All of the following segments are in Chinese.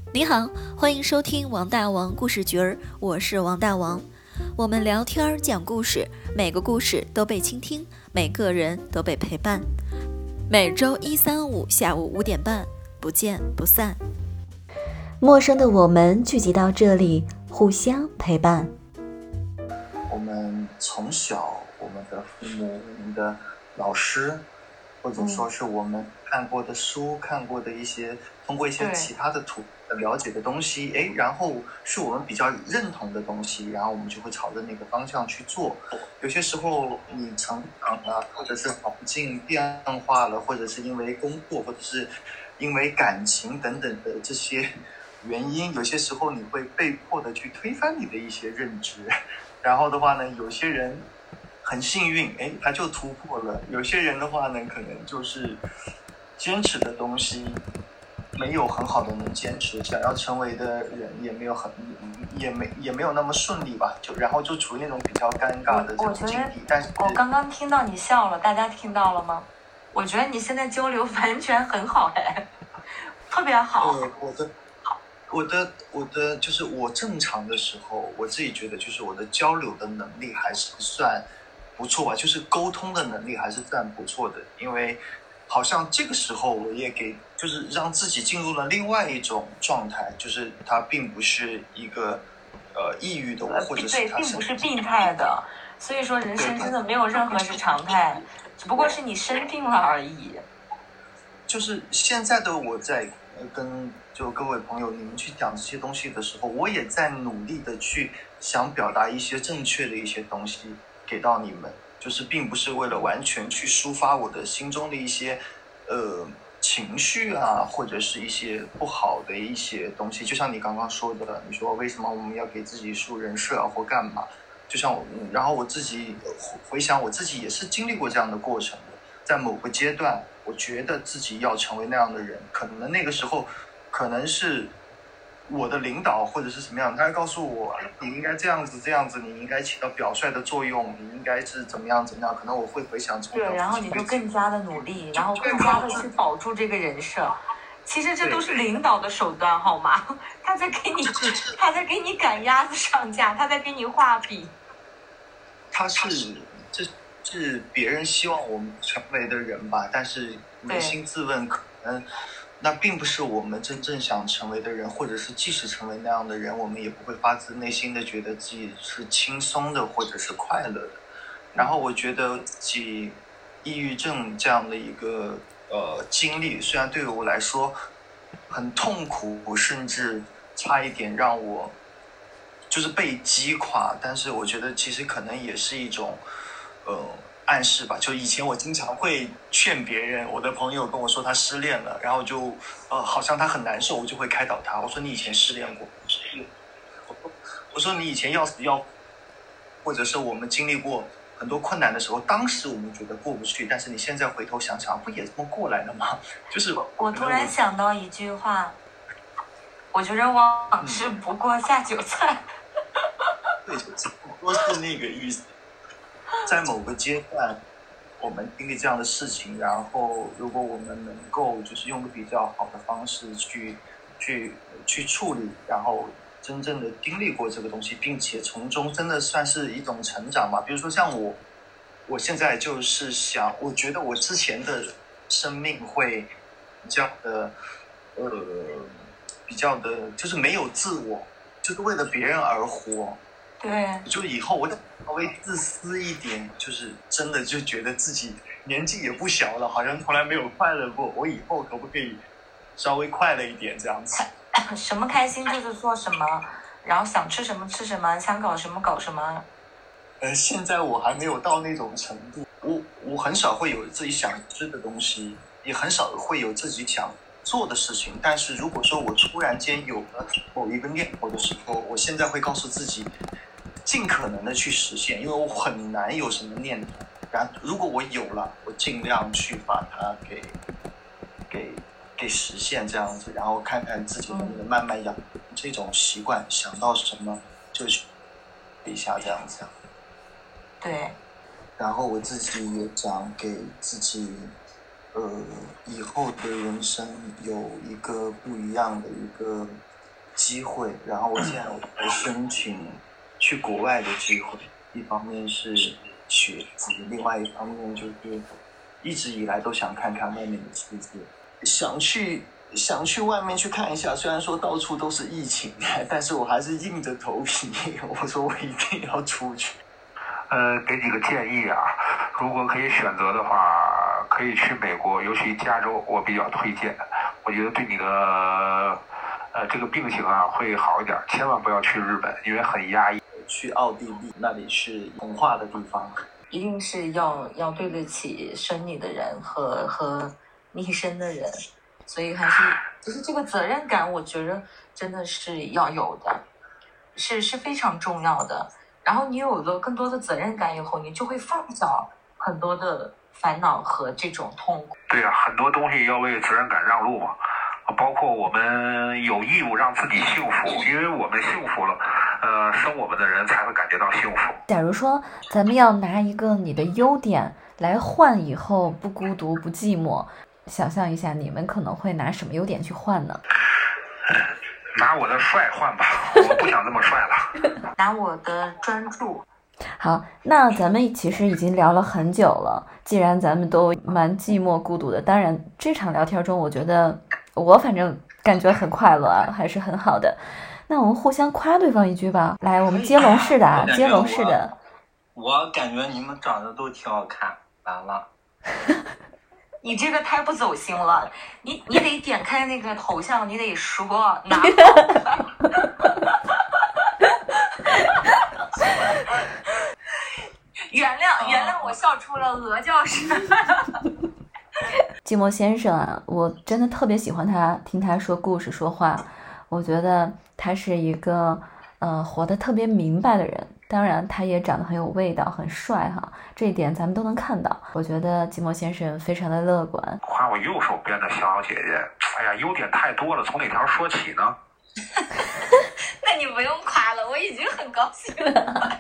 你好，欢迎收听王大王故事局儿，我是王大王。我们聊天讲故事，每个故事都被倾听，每个人都被陪伴。每周一、三、五下午5点半，不见不散。陌生的我们聚集到这里，互相陪伴。 我们从小，我们的父母、我们的老师，或者说是我们看过的书、看过的一些，通过一些其他的途了解的东西，然后是我们比较认同的东西，然后我们就会朝着那个方向去做。有些时候你成长了，或者是环境变化了，或者是因为工作，或者是因为感情等等的这些原因，有些时候你会被迫的去推翻你的一些认知。然后的话呢，有些人很幸运，他就突破了；有些人的话呢，可能就是坚持的东西没有很好的能坚持，想要成为的人也没有那么顺利吧，然后就处于那种比较尴尬的这种境地。但是我刚刚听到你笑了，大家听到了吗？我觉得你现在交流完全很好，特别好。 我的就是我正常的时候，我自己觉得就是我的交流的能力还是算不错吧，就是沟通的能力还是算不错的。因为好像这个时候我也就是让自己进入了另外一种状态，就是它并不是一个抑郁的，或者是它并不是病态的。所以说人生真的没有任何是常态，只不过是你生病了而已。 就是现在的我在跟各位朋友你们去讲这些东西的时候，我也在努力的去想表达一些正确的一些东西给到你们，就是并不是为了完全去抒发我的心中的一些情绪啊，或者是一些不好的一些东西。就像你刚刚说的，你说为什么我们要给自己树人设啊或干嘛，就像然后我自己回想我自己也是经历过这样的过程的。在某个阶段我觉得自己要成为那样的人，可能那个时候可能是我的领导或者是什么样，他会告诉我你应该这样子，你应该起到表率的作用，你应该是怎么样，可能我会回想从对，然后你就更加的努力，然后更加的去保住这个人设。其实这都是领导的手段，好吗？他在给你赶鸭子上架，他在给你画笔。 这是别人希望我们成为的人吧，但是扪心自问，可能那并不是我们真正想成为的人，或者是即使成为那样的人，我们也不会发自内心的觉得自己是轻松的或者是快乐的。然后我觉得自己抑郁症这样的一个经历，虽然对于我来说很痛苦，甚至差一点让我就是被击垮，但是我觉得其实可能也是一种暗示吧。就以前我经常会劝别人，我的朋友跟我说他失恋了，然后就好像他很难受，我就会开导他，我说你以前失恋过，我说你以前要死要，或者是我们经历过很多困难的时候，当时我们觉得过不去，但是你现在回头想想，不也这么过来的吗？就是我突然想到一句话，我觉得往事不过下酒菜。 对，都是那个意思。在某个阶段我们经历这样的事情，然后如果我们能够就是用个比较好的方式去处理，然后真正的经历过这个东西，并且从中真的算是一种成长吧。比如说像我现在就是想，我觉得我之前的生命会比较的就是没有自我，就是为了别人而活。 对， 就以后我稍微自私一点，就是真的就觉得自己年纪也不小了，好像从来没有快乐过，我以后可不可以稍微快乐一点这样子？ 什么开心就是做什么，然后想吃什么吃什么，想搞什么搞什么。 现在我还没有到那种程度，我很少会有自己想吃的东西，也很少会有自己想做的事情。但是如果说我突然间有了某一个念头的时候，我现在会告诉自己尽可能的去实现，因为我很难有什么念头。然后如果我有了，我尽量去把它给实现这样子，然后看看自己能不能慢慢养这种习惯，想到什么就去一下这样子。 对。 然后我自己也想给自己以后的人生有一个不一样的一个机会，然后我现在在申请去国外的机会，一方面是学习，另外一方面就是一直以来都想看看外面的世界，想去外面去看一下，虽然说到处都是疫情，但是我还是硬着头皮，我说我一定要出去。 给几个建议啊，如果可以选择的话，可以去美国，尤其加州，我比较推荐。我觉得对你的这个病情啊会好一点，千万不要去日本，因为很压抑。 去奥地利，那里是童话的地方， 一定是要对得起生你的人和你生的人，所以还是就是这个责任感，我觉得真的是要有的，是非常重要的。然后你有了更多的责任感以后，你就会放下很多的烦恼和这种痛苦。 对啊，很多东西要为责任感让路嘛，包括我们有义务让自己幸福，因为我们幸福了，生我们的人才会感觉到幸福。 假如说咱们要拿一个你的优点来换以后不孤独不寂寞，想象一下你们可能会拿什么优点去换呢？ 拿我的帅换吧，我不想这么帅了。 拿我的专注。 好，那咱们其实已经聊了很久了，既然咱们都蛮寂寞孤独的，当然这场聊天中我觉得我反正感觉很快乐啊，还是很好的。那我们互相夸对方一句吧，来，我们接龙式的啊，接龙式的。 我感觉你们长得都挺好看，完了。 你这个太不走心了，你得点开那个头像，你得说拿原谅我笑出了鹅叫声。 寂寞先生啊，我真的特别喜欢他，听他说故事说话，我觉得他是一个活得特别明白的人。当然他也长得很有味道，很帅哈，这一点咱们都能看到。我觉得寂寞先生非常的乐观。 夸我右手边的逍遥姐姐，哎呀，优点太多了，从哪条说起呢？ 那你不用夸了，我已经很高兴了。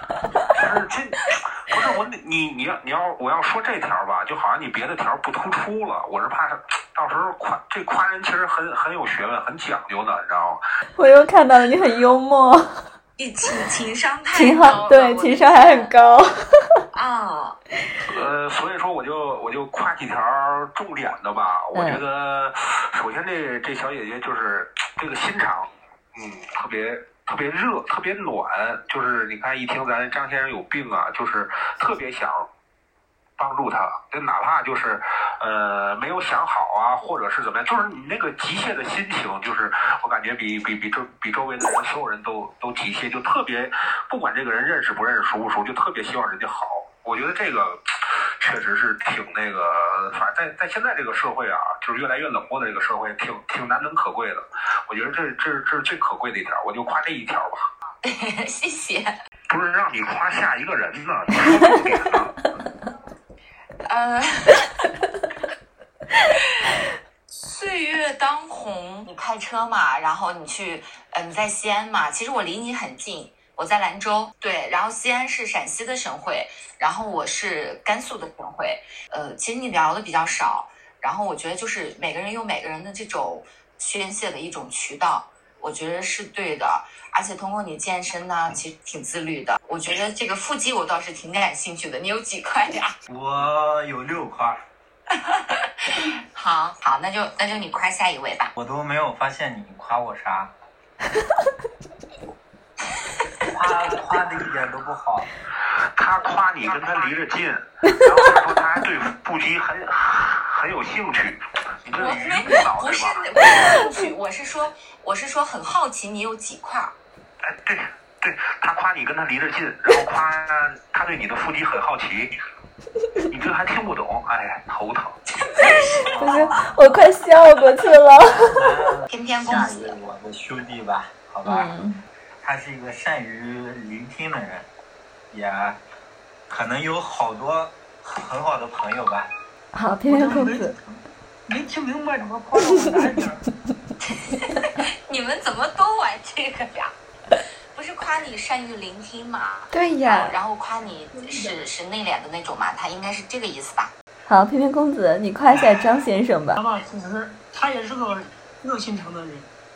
不是我，你要我要说这条吧，就好像你别的条不突出了，我是怕到时候夸人其实很有学问，很讲究的，你知道吗？ 我又看到了你很幽默。 情商太高了， 对，情商还很高啊。 所以说我就夸几条重点的吧。我觉得首先这小姐姐就是这个心肠，特别热，特别暖。就是你看一听咱张先生有病啊，就是特别想帮助他，就哪怕就是没有想好啊，或者是怎么样，就是你那个急切的心情，就是我感觉比周围的人所有人都急切，就特别不管这个人认识不认识熟不熟，就特别希望人家好。我觉得这个确实是挺那个，反正在现在这个社会啊，就是越来越冷漠的这个社会，挺难能可贵的。我觉得这是最可贵的一条，我就夸这一条吧。 谢谢。 不是让你夸下一个人呢，你说重点呢。 岁月当红，你开车嘛，然后你去，你在西安嘛，其实我离你很近，我在兰州，对，然后西安是陕西的省会，然后我是甘肃的省会，其实你聊的比较少，然后我觉得就是每个人有每个人的这种宣泄的一种渠道，我觉得是对的，而且通过你健身呢，其实挺自律的。我觉得这个腹肌我倒是挺感兴趣的，你有几块呀？ 我有6块。 好，那就你夸下一位吧。 我都没有发现你夸我啥，夸的一点都不好。 他夸你跟他离着近，然后他说他还对腹肌很有兴趣。你这是愚脑对吧？ 不是兴趣，我是说很好奇你有几块。 哎，对，他夸你跟他离着近，然后夸他对你的腹肌很好奇。你这还听不懂，哎，头疼。 不是，我快笑过去了。 偏偏公子， 下一位我的兄弟吧，好吧。他是一个善于聆听的人，也可能有好多很好的朋友吧。 好，偏偏公子。 没听明白怎么夸到我哪里？ 你们怎么都玩这个呀？不是夸你善于聆听嘛？ 对呀。 然后夸你是内敛的那种嘛？他应该是这个意思吧？ 好，偏偏公子，你夸一下张先生吧。 其实他也是个热心肠的人，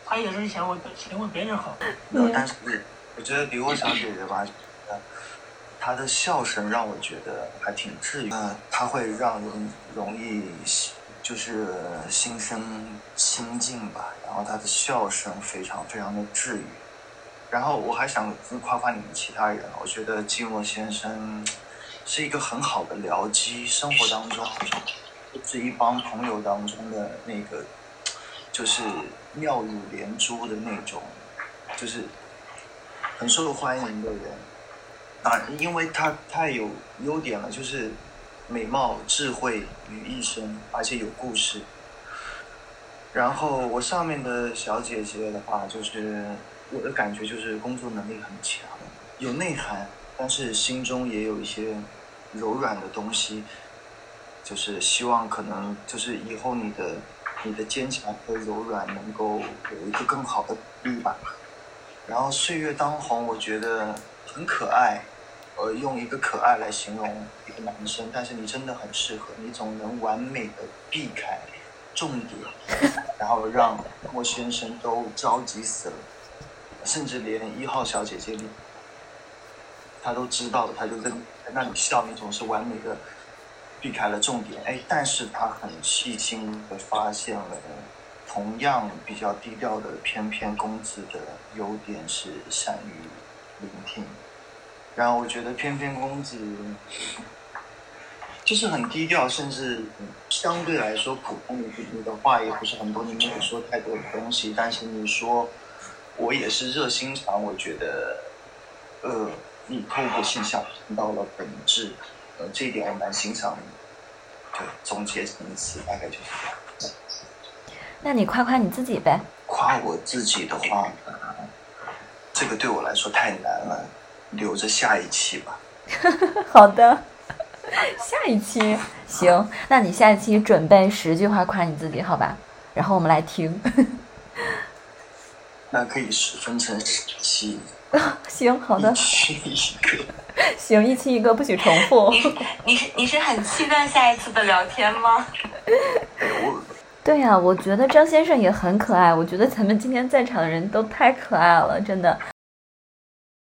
他也是想为别人好。 但是我觉得李沃小姐姐吧，她的笑声让我觉得还挺治愈。她会让人容易就是心生亲近吧，然后她的笑声非常非常的治愈。然后我还想夸夸你们其他人，我觉得季默先生是一个很好的僚机，生活当中是一帮朋友当中的那个就是妙语连珠的那种，就是很受欢迎的人。因为他太有优点了，就是美貌智慧于一身，而且有故事。然后我上面的小姐姐的话，就是我的感觉就是工作能力很强，有内涵，但是心中也有一些柔软的东西，就是希望可能就是以后你的坚强和柔软能够有一个更好的比例吧。然后岁月当红，我觉得很可爱，用一个可爱来形容一个男生，但是你真的很适合，你总能完美的避开重点，然后让莫先生都着急死了，甚至连1号小姐姐里他都知道了，他就在那里笑，你总是完美的避开了重点。但是他很细心的发现了同样比较低调的翩翩公子的优点是善于聆听。然后我觉得翩翩公子就是很低调，甚至相对来说普通，你的话也不是很多，你没有说太多的东西，但是你说我也是热心肠，我觉得你透过现象看到了本质，这一点我蛮欣赏的。对，总结成一次大概就是这样。 那你夸夸你自己呗。 夸我自己的话，这个对我来说太难了，留着下一期吧。 好的，下一期行，那你下一期准备10句话夸你自己，好吧？然后我们来听。 那可以分成10期。 行，好的。 一期一个。 行，一期一个，不许重复。 你是很期待下一次的聊天吗？ 对呀，我觉得张先生也很可爱，我觉得咱们今天在场的人都太可爱了，真的。